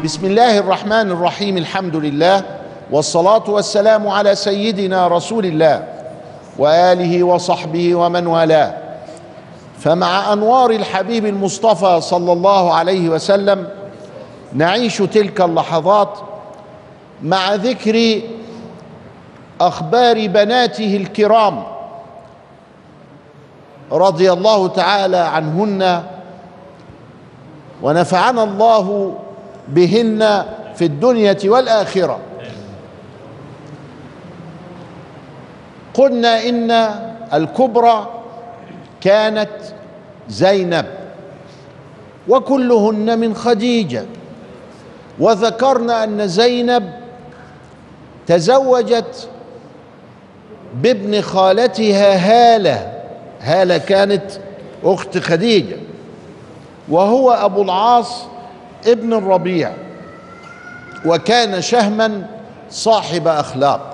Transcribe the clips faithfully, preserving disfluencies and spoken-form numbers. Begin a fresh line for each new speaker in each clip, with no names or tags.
بسم الله الرحمن الرحيم. الحمد لله والصلاة والسلام على سيدنا رسول الله وآله وصحبه ومن والاه. فمع أنوار الحبيب المصطفى صلى الله عليه وسلم نعيش تلك اللحظات مع ذكر أخبار بناته الكرام رضي الله تعالى عنهن، ونفعنا الله بهن في الدنيا والآخرة. قلنا إن الكبرى كانت زينب وكلهن من خديجة، وذكرنا أن زينب تزوجت بابن خالتها هالة. هالة كانت أخت خديجة، وهو أبو العاص ابن الربيع، وكان شهما صاحب أخلاق.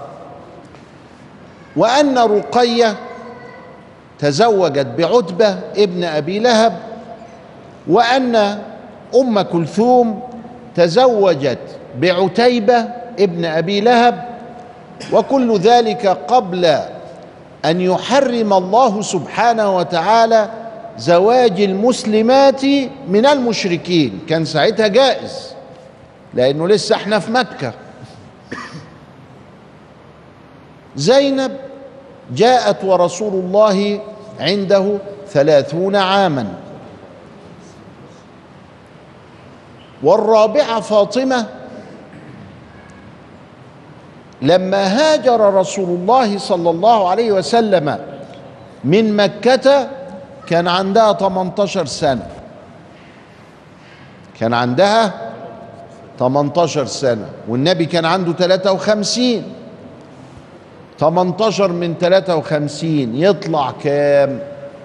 وأن رقية تزوجت بعتبة ابن أبي لهب، وأن أم كلثوم تزوجت بعتيبة ابن أبي لهب، وكل ذلك قبل أن يحرم الله سبحانه وتعالى زواج المسلمات من المشركين. كان ساعتها جائز لأنه لسه احنا في مكة. زينب جاءت ورسول الله عنده ثلاثون عاما، والرابعة فاطمة لما هاجر رسول الله صلى الله عليه وسلم من مكة كان عندها ثمانية عشر سنة. كان عندها ثمانية عشر سنة والنبي كان عنده ثلاثة وخمسين. ثمانية عشر من ثلاثة وخمسين يطلع كام؟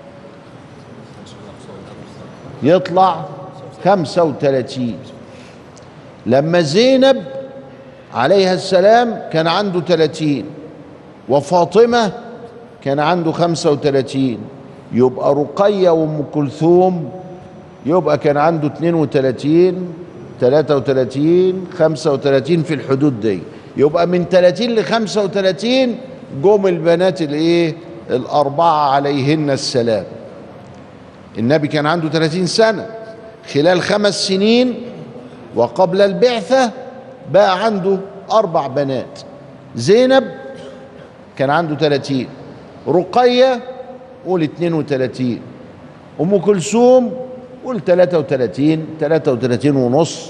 يطلع خمسة وثلاثين. لما زينب عليها السلام كان عنده ثلاثين، وفاطمة كان عنده خمسة وثلاثين، يبقى رقية وام كلثوم يبقى كان عنده اثنين وثلاثين، ثلاثة وثلاثين، خمسة وثلاثين، في الحدود دي. يبقى من ثلاثين ل خمسة وثلاثين جم البنات الايه الاربعه عليهن السلام. النبي كان عنده ثلاثين سنه. خلال خمس سنين وقبل البعثه بقى عنده اربع بنات. زينب كان عنده ثلاثين، رقيه قول اثنين وثلاثين، ام كلثوم قول ثلاثة وثلاثين، ثلاثة وثلاثين ونص،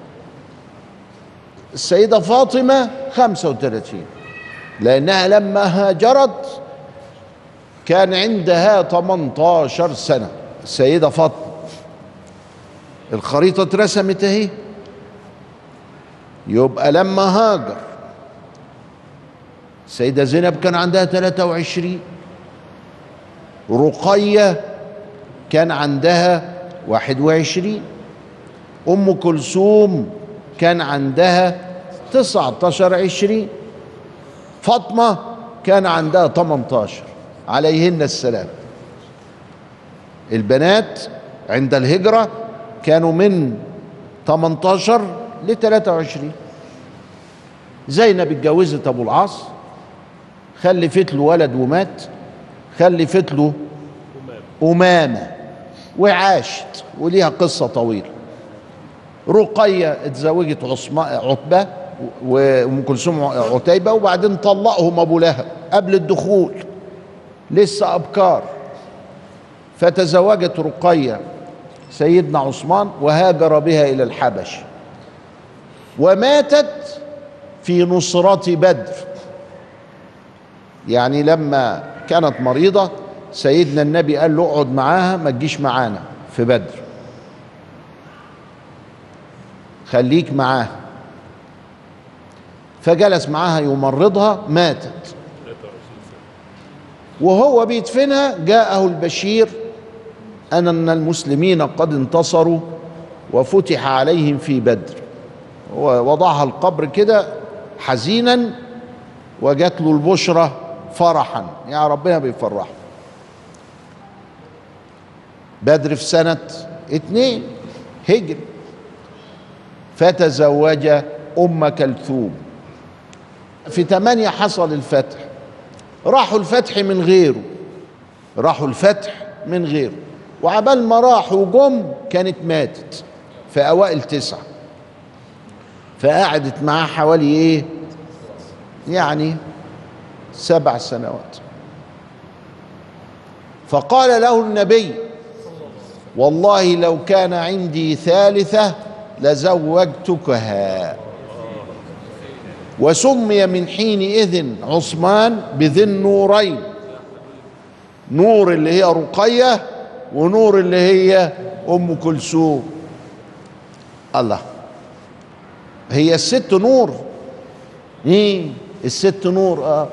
السيدة فاطمة خمسة وثلاثين، لأنها لما هاجرت كان عندها ثمانية عشر سنة السيدة فاطمة. الخريطة اترسمت اهي. يبقى لما هاجر السيدة زينب كان عندها ثلاثة وعشرين، رقية كان عندها واحد وعشرين، أم كلثوم كان عندها تسعة عشر عشرين، فاطمة كان عندها ثمانية عشر عليهن السلام. البنات عند الهجرة كانوا من ثمانية عشر ل ثلاثة وعشرين. زينب اتجوزت أبو العاص، خلفت له ولد ومات، خلفت له أمامة وعاشت، وليها قصة طويلة. رقية اتزوجت عتبة وام كلثوم عتيبة، وبعدين طلقهم ابو لهب قبل الدخول، لسه ابكار، فتزوجت رقية سيدنا عثمان وهاجر بها الى الحبش، وماتت في نصرة بدر. يعني لما كانت مريضة سيدنا النبي قال له اقعد معاها ما تجيش معانا في بدر، خليك معاها. فجلس معاها يمرضها، ماتت. وهو بيدفنها جاءه البشير أن المسلمين قد انتصروا وفتح عليهم في بدر. ووضعها القبر كده حزينا، وجات له البشرى فرحا، يا ربنا بيفرحه. بدر في سنة اتنين هجري، فتزوج أم كلثوم. في ثمانية حصل الفتح، راحوا الفتح من غيره، راحوا الفتح من غيره، وعبال ما راحوا جم كانت ماتت في أوائل تسعة، فقعدت معاه حوالي ايه يعني سبع سنوات. فقال له النبي: والله لو كان عندي ثالثة لزوجتكها. وسمي من حينئذ عثمان بذي النورين، نور اللي هي رقية ونور اللي هي أم كلثوم. الله، هي الست نور؟ ايه الست نور؟ اه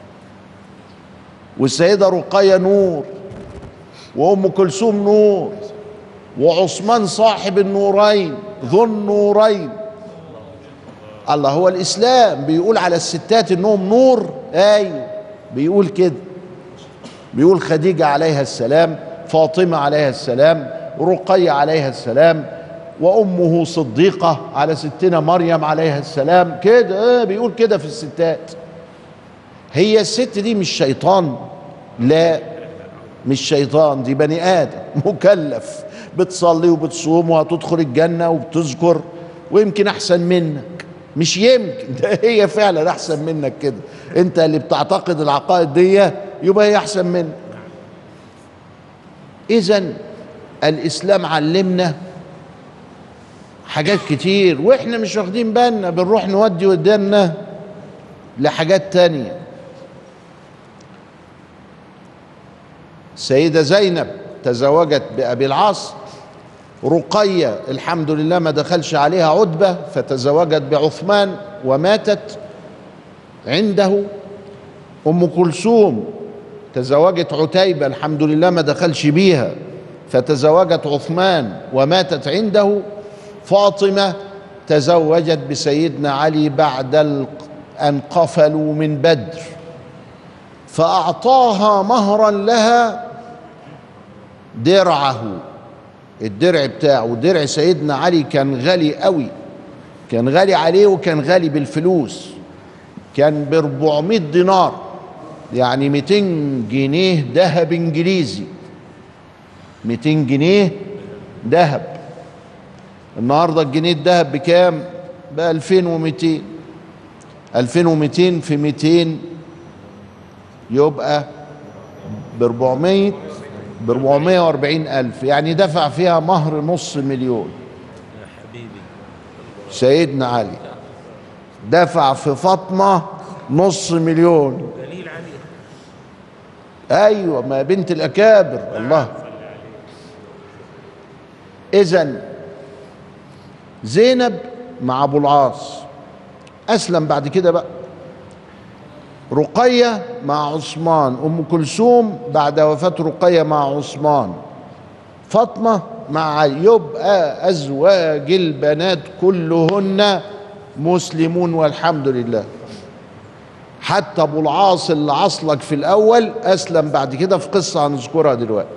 والسيدة رقية نور، وأم كلثوم نور، وعثمان صاحب النورين ذو النورين. الله، هو الإسلام بيقول على الستات إنهم نور؟ أيوه بيقول كده، بيقول خديجة عليها السلام، فاطمة عليها السلام، رقية عليها السلام، وأمه صديقة على ستنا مريم عليها السلام، كده. اه بيقول كده في الستات. هي الست دي مش شيطان؟ لا مش شيطان، دي بني آدم مكلف، بتصلي وبتصوم وهتدخل الجنة وبتذكر، ويمكن أحسن منك، مش يمكن، ده هي فعلا أحسن منك كده. أنت اللي بتعتقد العقائد دي يبقى هي أحسن منك. إذن الإسلام علمنا حاجات كتير وإحنا مش واخدين بالنا، بنروح نودي ودانا لحاجات تانية. السيدة زينب تزوجت بأبي العاص، رقية الحمد لله ما دخلش عليها عتبة فتزوجت بعثمان وماتت عنده. أم كلثوم تزوجت عتيبة الحمد لله ما دخلش بيها فتزوجت عثمان وماتت عنده. فاطمة تزوجت بسيدنا علي بعد أن قفلوا من بدر، فأعطاها مهرا لها درعه، الدرع بتاعه. درع سيدنا علي كان غالي قوي، كان غالي عليه وكان غالي بالفلوس، كان ب أربعمائة دينار، يعني مئتين جنيه ذهب انجليزي، مئتين جنيه ذهب. النهارده الجنيه الذهب بكام؟ ب ألفين ومئتين، ألفين ومئتين في مئتين يبقى ب أربعمائة، ب أربعمائة وأربعين ألف، يعني دفع فيها مهر نص مليون. سيدنا علي دفع في فاطمة نص مليون. ايوه، ما بنت الاكابر. الله. اذن زينب مع ابو العاص اسلم بعد كده بقى، رقية مع عثمان، ام كلثوم بعد وفاة رقية مع عثمان، فاطمة مع علي. يبقى ازواج البنات كلهن مسلمون والحمد لله. حتى ابو العاص اللي عصلك في الاول اسلم بعد كده في قصة هنذكرها دلوقتي.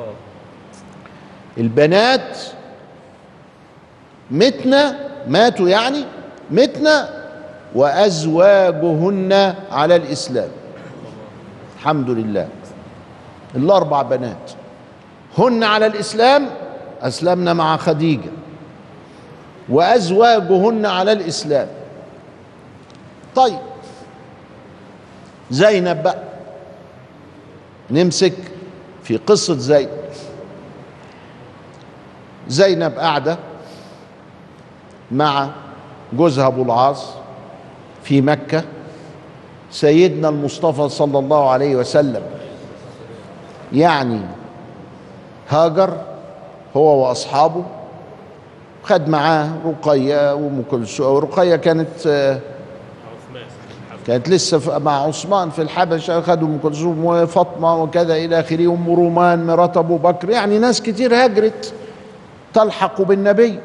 البنات متنا، ماتوا يعني متنا، وازواجهن على الاسلام الحمد لله. الاربع بنات هن على الاسلام، اسلمنا مع خديجة، وازواجهن على الاسلام. طيب زينب بقى، نمسك في قصة زينب. زينب قاعدة مع جوزها ابو العاص في مكة. سيدنا المصطفى صلى الله عليه وسلم يعني هاجر هو واصحابه، خد معاه رقية وام كلثوم. رقية كانت كانت لسه مع عثمان في الحبشة، خدوا ام كلثوم وفاطمة وكذا الى اخره، ام رومان مرات ابو بكر، يعني ناس كتير هاجرت تلحق بالنبي.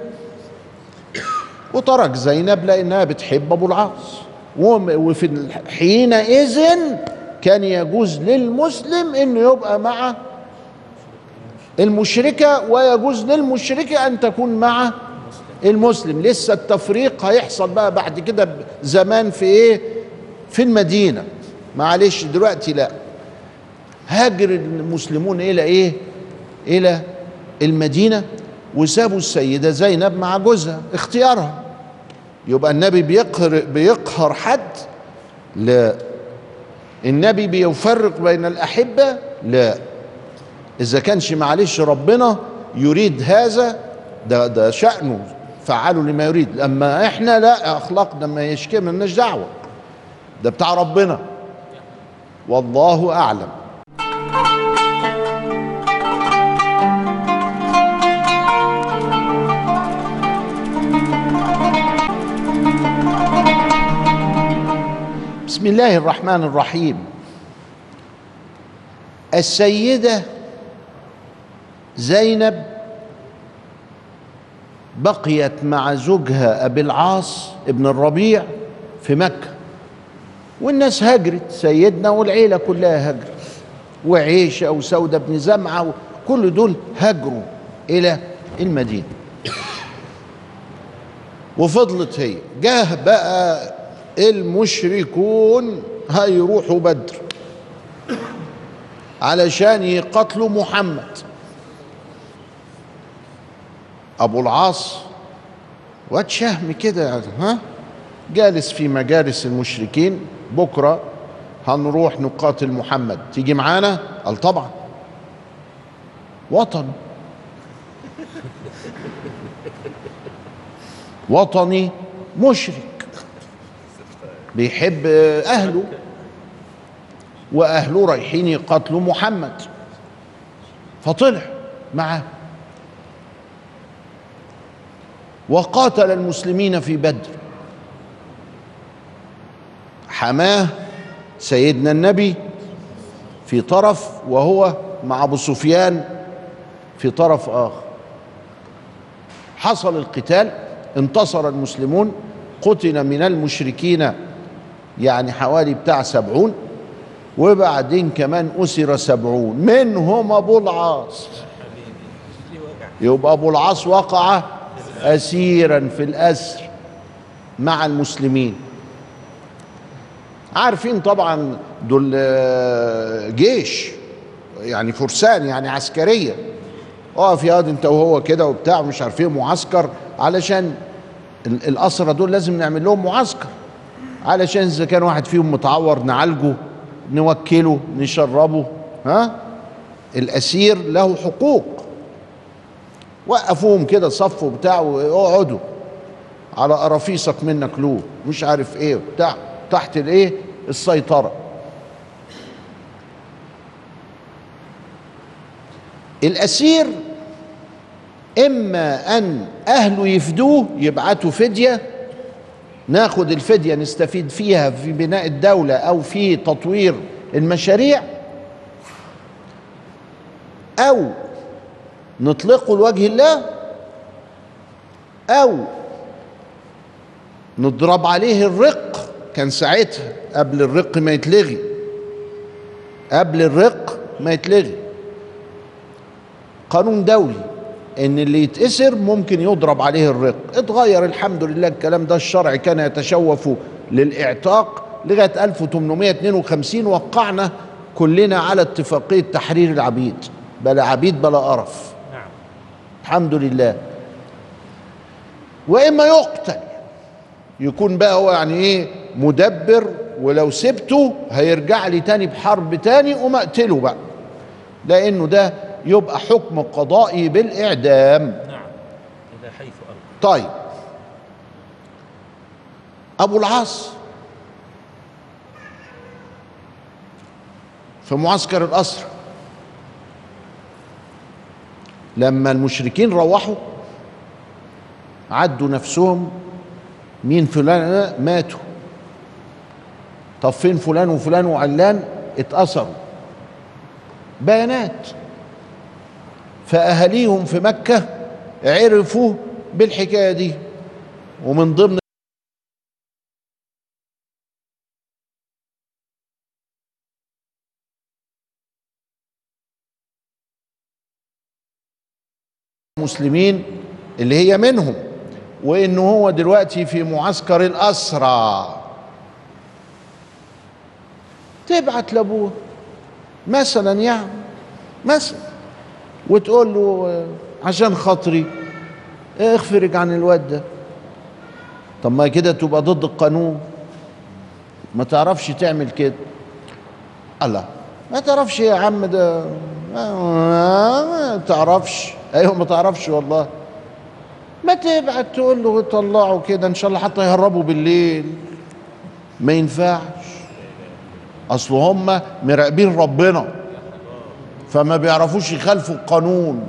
وترك زينب لانها بتحب ابو العاص. وفي حينئذ كان يجوز للمسلم انه يبقى مع المشركة، ويجوز للمشركة ان تكون مع المسلم. لسه التفريق هيحصل بقى بعد كده زمان في ايه؟ في المدينة. معلش دلوقتي لا. هاجر المسلمون الى ايه؟ الى المدينة، وسابوا السيدة زينب مع جوزها، اختيارها. يبقى النبي بيقهر بيقهر حد؟ لا. النبي بيفرق بين الأحبة؟ لا. إذا كانش معلش ربنا يريد هذا، ده ده شأنه، فعلوا لما يريد. أما إحنا لا، أخلاقنا ما يشكي، مالناش دعوة، ده بتاع ربنا. والله أعلم. بسم الله الرحمن الرحيم. السيدة زينب بقيت مع زوجها أبي العاص ابن الربيع في مكة، والناس هجرت، سيدنا والعيلة كلها هجرت، وعيشة وسودة بن زمعة كل دول هجروا إلى المدينة، وفضلت هي. جاه بقى المشركون هيروحوا بدر علشان يقتلوا محمد. ابو العاص واد شهم كده، ها، جالس في مجالس المشركين، بكره هنروح نقاتل محمد، تيجي معانا؟ قال طبعا. وطن وطني مشرك بيحب اهله، واهله رايحين يقاتلوا محمد، فطلع معاه وقاتل المسلمين في بدر. حماه سيدنا النبي في طرف، وهو مع ابو سفيان في طرف اخر. حصل القتال، انتصر المسلمون، قتل من المشركين يعني حوالي بتاع سبعون، وبعدين كمان أسر سبعون منهم أبو العاص. يبقى أبو العاص وقع أسيرا في الأسر مع المسلمين. عارفين طبعا دول جيش، يعني فرسان، يعني عسكرية. اقف يا واد انت وهو كده وبتاع مش عارفين، معسكر، علشان الأسرة دول لازم نعمل لهم معسكر، علشان إذا كان واحد فيهم متعور نعالجه، نوكله، نشربه. ها، الأسير له حقوق. وقفوهم كده صفوا بتاع، واقعدوا على قرافيسك منك له مش عارف ايه بتاع، تحت الايه؟ السيطرة. الأسير إما أن أهله يفدوه، يبعتوا فدية، ناخد الفدية نستفيد فيها في بناء الدولة أو في تطوير المشاريع، أو نطلقه لوجه الله، أو نضرب عليه الرق. كان ساعتها قبل الرق ما يتلغي، قبل الرق ما يتلغي قانون دولي ان اللي يتأسر ممكن يضرب عليه الرق. اتغير الحمد لله الكلام ده، الشرع كان يتشوف للاعتاق لغايه ألف وثمانمائة واثنين وخمسين، وقعنا كلنا على اتفاقيه تحرير العبيد، بلا عبيد بلا قرف. نعم. الحمد لله. واما يقتل، يكون بقى هو يعني ايه؟ مدبر، ولو سبته هيرجع لي تاني بحرب تاني وما اقتله بقى، لانه ده يبقى حكم قضائي بالإعدام. نعم، إذا حيث أمر. طيب، أبو العاص في معسكر الأسرى، لما المشركين روحوا عدوا نفسهم، مين فلان ماتوا، طب فين فلان وفلان وعلان اتأثروا، بيانات. فأهاليهم في مكة عرفوا بالحكاية دي، ومن ضمن المسلمين اللي هي منهم، وإنه هو دلوقتي في معسكر الأسرى، تبعت لأبوه مثلا يعني مثلا وتقول له عشان خاطري اخفرج عن الواد ده. طب ما كده تبقى ضد القانون، ما تعرفش تعمل كده. الله، ما تعرفش يا عم ده، ما تعرفش. ايوه ما تعرفش والله. ما تبعت تقول له طلعوا كده ان شاء الله حتى يهربوا بالليل. ما ينفعش، اصل هم مراقبين ربنا فما بيعرفوش يخالفوا القانون.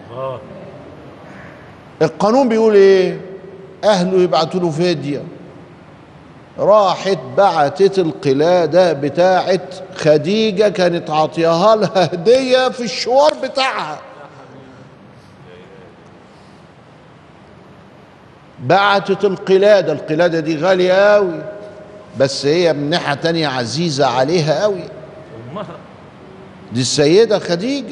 القانون بيقول ايه؟ اهله يبعتوا له فديه. راحت بعتت القلاده بتاعت خديجه، كانت عاطياها لها هديه في الشوار بتاعها. بعتت القلاده، القلاده دي غاليه قوي، بس هي من ناحيه تانيه عزيزه عليها قوي. دي السيده خديجه.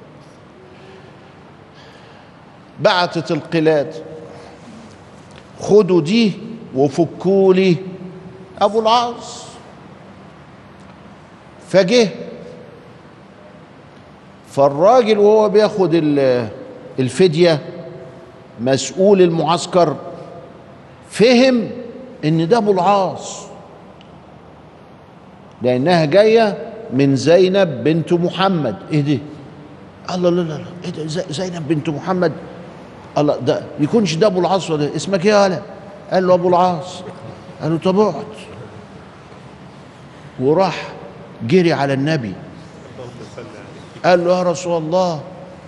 بعتت القلاده، خدوا دي وفكوا لي ابو العاص. فجه فالراجل وهو بياخد الفديه، مسؤول المعسكر فهم ان ده ابو العاص، لانها جايه من زينب بنت محمد. ايه ده؟ الله، لا لا لا، ايه ده زينب بنت محمد؟ الله، ده يكونش ده ابو العاص ولا اسمك ايه؟ قال قال له ابو العاص. قال له طب اقعد. وراح جري على النبي قال له يا رسول الله،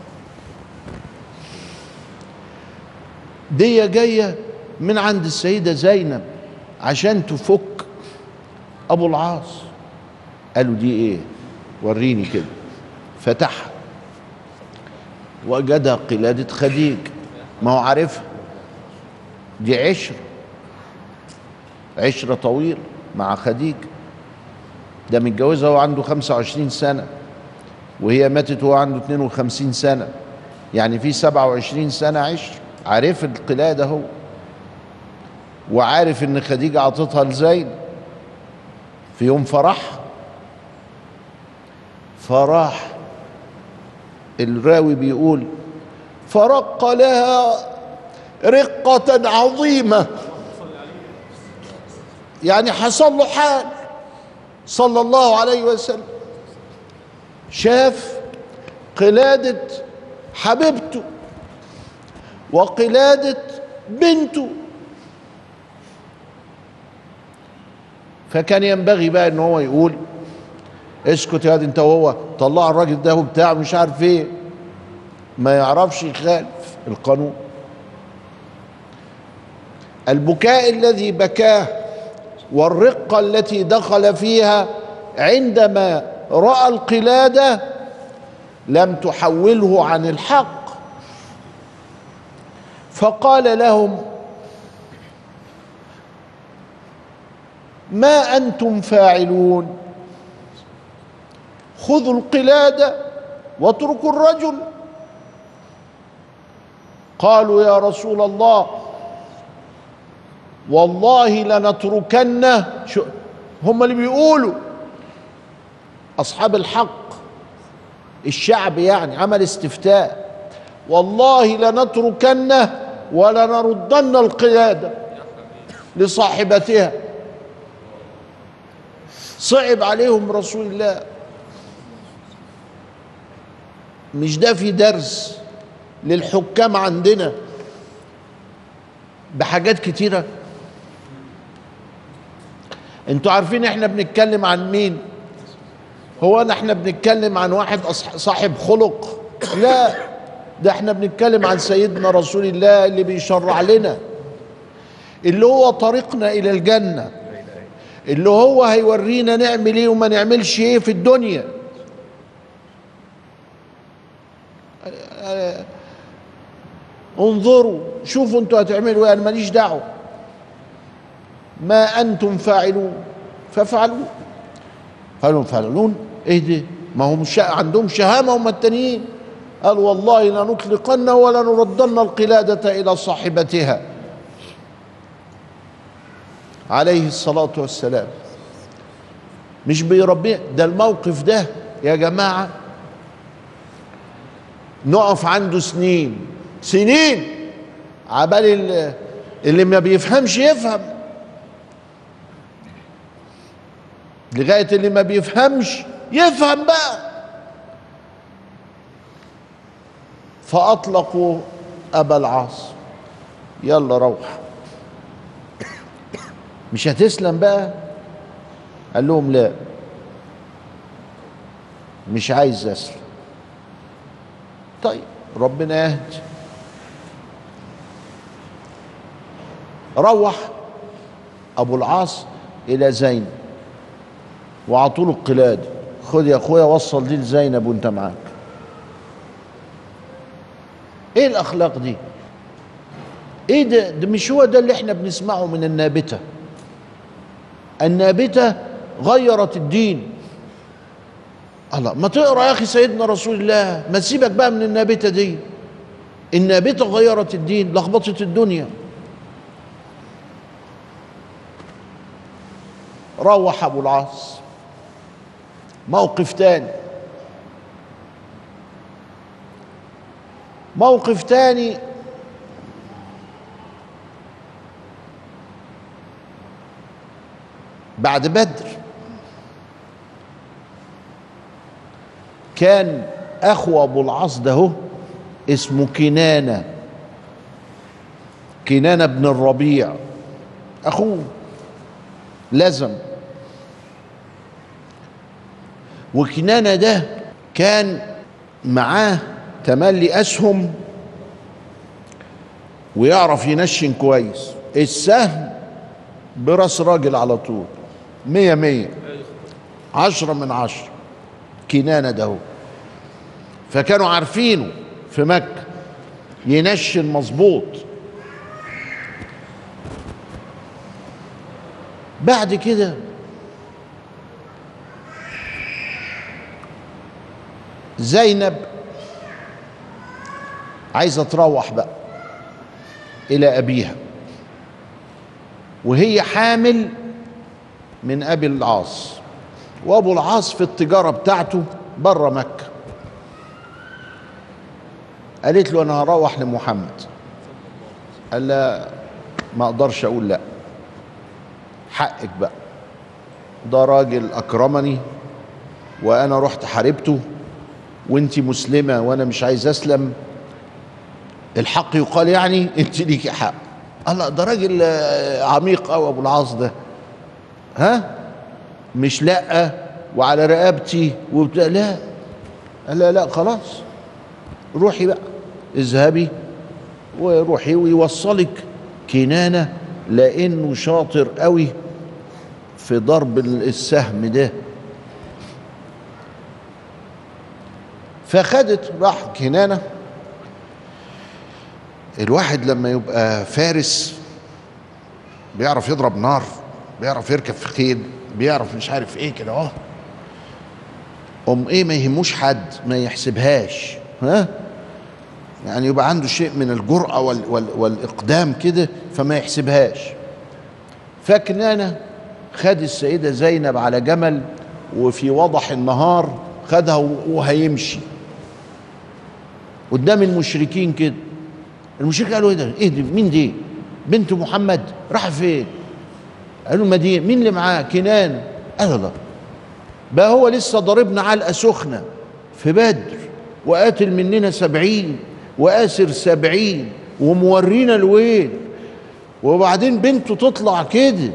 دي جايه من عند السيده زينب عشان تفك ابو العاص. قالوا دي ايه؟ وريني كده. فتحها وجدها قلاده خديج. ما هو عارفها، دي عشره عشره طويله مع خديجه. ده متجوزها وهو عنده خمسة وعشرين سنه، وهي ماتت وهو عنده اثنين وخمسين سنه، يعني في سبعة وعشرين سنه عشره. عارف القلاده هو، وعارف ان خديجه عطتها لزينب في يوم فرحها. فراح الراوي بيقول فرق لها رقة عظيمة، يعني حصل له حال صلى الله عليه وسلم. شاف قلادة حبيبته وقلادة بنته، فكان ينبغي بقى ان هو يقول اسكت يا دي انت وهو، طلع الراجل ده وبتاع مش عارف ايه. ما يعرفش يخالف القانون. البكاء الذي بكاه والرقة التي دخل فيها عندما رأى القلادة لم تحوله عن الحق. فقال لهم ما أنتم فاعلون؟ خذوا القلادة واتركوا الرجل. قالوا يا رسول الله والله لنتركنه. هم اللي بيقولوا أصحاب الحق، الشعب يعني عمل استفتاء، والله لنتركنه ولنردن القلادة لصاحبتها. صعب عليهم رسول الله. مش ده في درس للحكام عندنا بحاجات كتيرة؟ انتوا عارفين احنا بنتكلم عن مين؟ هو احنا بنتكلم عن واحد صاحب خلق؟ لا، ده احنا بنتكلم عن سيدنا رسول الله اللي بيشرع لنا، اللي هو طريقنا الى الجنة، اللي هو هيورينا نعمل ايه وما نعملش ايه في الدنيا. انظروا شوفوا انتوا هتعملوا ايه، انا ماليش دعوه. ما انتم فاعلون ففعلوا. قالوا فعلون ايه ده؟ ما هم عندهم شهامه هم التانيين. قال والله لنطلقن ولنردن القلاده الى صاحبتها. عليه الصلاة والسلام، مش بيربيه. ده الموقف ده يا جماعة نقف عنده سنين سنين عبال اللي, اللي ما بيفهمش يفهم، لغاية اللي ما بيفهمش يفهم بقى. فأطلقوا أبا العاص، يلا روح، مش هتسلم بقى؟ قال لهم لا، مش عايز أسلم. طيب ربنا يهدي. روح أبو العاص إلى زينب وعطوا له القلادة، خد يا أخويا وصل دي لزينب وأنت معاك. إيه الأخلاق دي؟ إيه ده؟ ده مش هو ده اللي إحنا بنسمعه من النابتة. النابتة غيرت الدين. الله، ما تقرأ يا أخي سيدنا رسول الله، ما تسيبك بقى من النابتة دي. النابتة غيرت الدين، لخبطت الدنيا. روح أبو العاص. موقف تاني، موقف تاني بعد بدر. كان أخو أبو العاص ده هو اسمه كنانة، كنانة بن الربيع، أخوه لزم. وكنانة ده كان معاه تملي أسهم ويعرف ينشن كويس. السهم براس راجل على طول، مية مية، عشرة من عشرة. كنانة ده هو، فكانوا عارفينه في مكة ينشن مظبوط. بعد كده زينب عايزة تروح بقى إلى أبيها، وهي حامل من أبي العاص، وأبو العاص في التجارة بتاعته بره مكة. قالت له أنا هروح لمحمد. قال لا، ما أقدرش أقول لا، حقك بقى، ده راجل أكرمني وأنا رحت حاربته وأنت مسلمة وأنا مش عايز أسلم، الحق يقال يعني أنت ليكي حق. الله، ده راجل عميق أوي أبو العاص ده، ها؟ مش لا وعلى رقبتي وبتاع، لا. قال لا لا خلاص، روحي بقى، اذهبي وروحي ويوصلك كنانة، لأنه شاطر قوي في ضرب السهم ده. فخدت، راح كنانة. الواحد لما يبقى فارس بيعرف يضرب نار، بيعرف يركب في خيل، بيعرف مش عارف ايه كده اهو، ام ايه ما يهموش حد، ما يحسبهاش، ها، يعني يبقى عنده شيء من الجرأة وال وال والإقدام كده، فما يحسبهاش. فكنانة خد السيدة زينب على جمل، وفي وضح النهار خدها وهيمشي قدام المشركين كده. المشركين قالوا ايه ده؟ ايه دي؟ مين دي؟ بنت محمد؟ راح فين؟ قالوا المدينة. مين اللي معاه؟ كنان. قال الله، بقى هو لسه ضاربنا علقة سخنة في بدر، وقاتل مننا سبعين وآسر سبعين ومورينا الويل، وبعدين بنته تطلع كده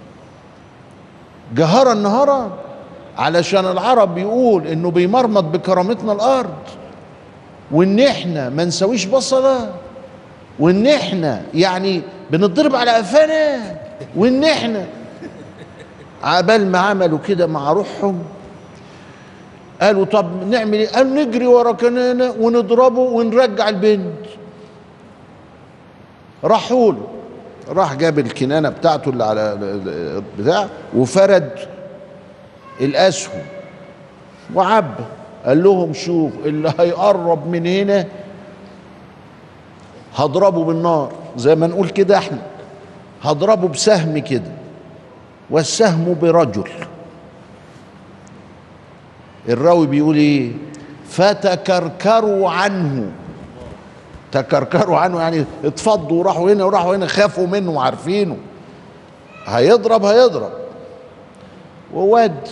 جهرا نهارا علشان العرب يقول انه بيمرمط بكرامتنا الارض، وان احنا ما نسويش بصله، وان احنا يعني بنضرب على قفانا، وان احنا عبال ما عملوا كده مع روحهم قالوا طب نعمل ايه؟ قالوا نجري ورا كنانة ونضربه ونرجع البنت. راحوا له، راح جاب الكنانة بتاعته اللي على بتاع وفرد الأسهم وعبى. قال لهم شوف، اللي هيقرب من هنا هضربه بالنار، زي ما نقول كده احنا، هضربه بسهم كده والسهم برجل. الراوي بيقول ايه؟ فتكركروا عنه. تكركروا عنه يعني اتفضوا وراحوا هنا وراحوا هنا، خافوا منه وعارفينه هيضرب هيضرب. وواد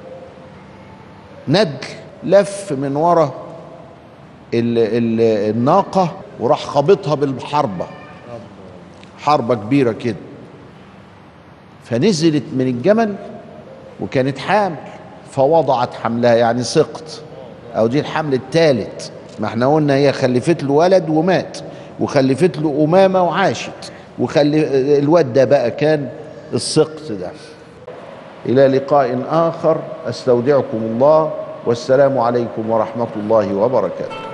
ندل لف من ورا ال ال الناقة وراح خابطها بالحربة، حربة كبيرة كده، فنزلت من الجمل وكانت حامل فوضعت حملها، يعني سقط، او دي الحمل الثالث. ما احنا قلنا هي خلفت له ولد ومات، وخلفت له أمامة وعاشت، وخلي الواد ده بقى كان السقط ده. إلى لقاء آخر، أستودعكم الله، والسلام عليكم ورحمة الله وبركاته.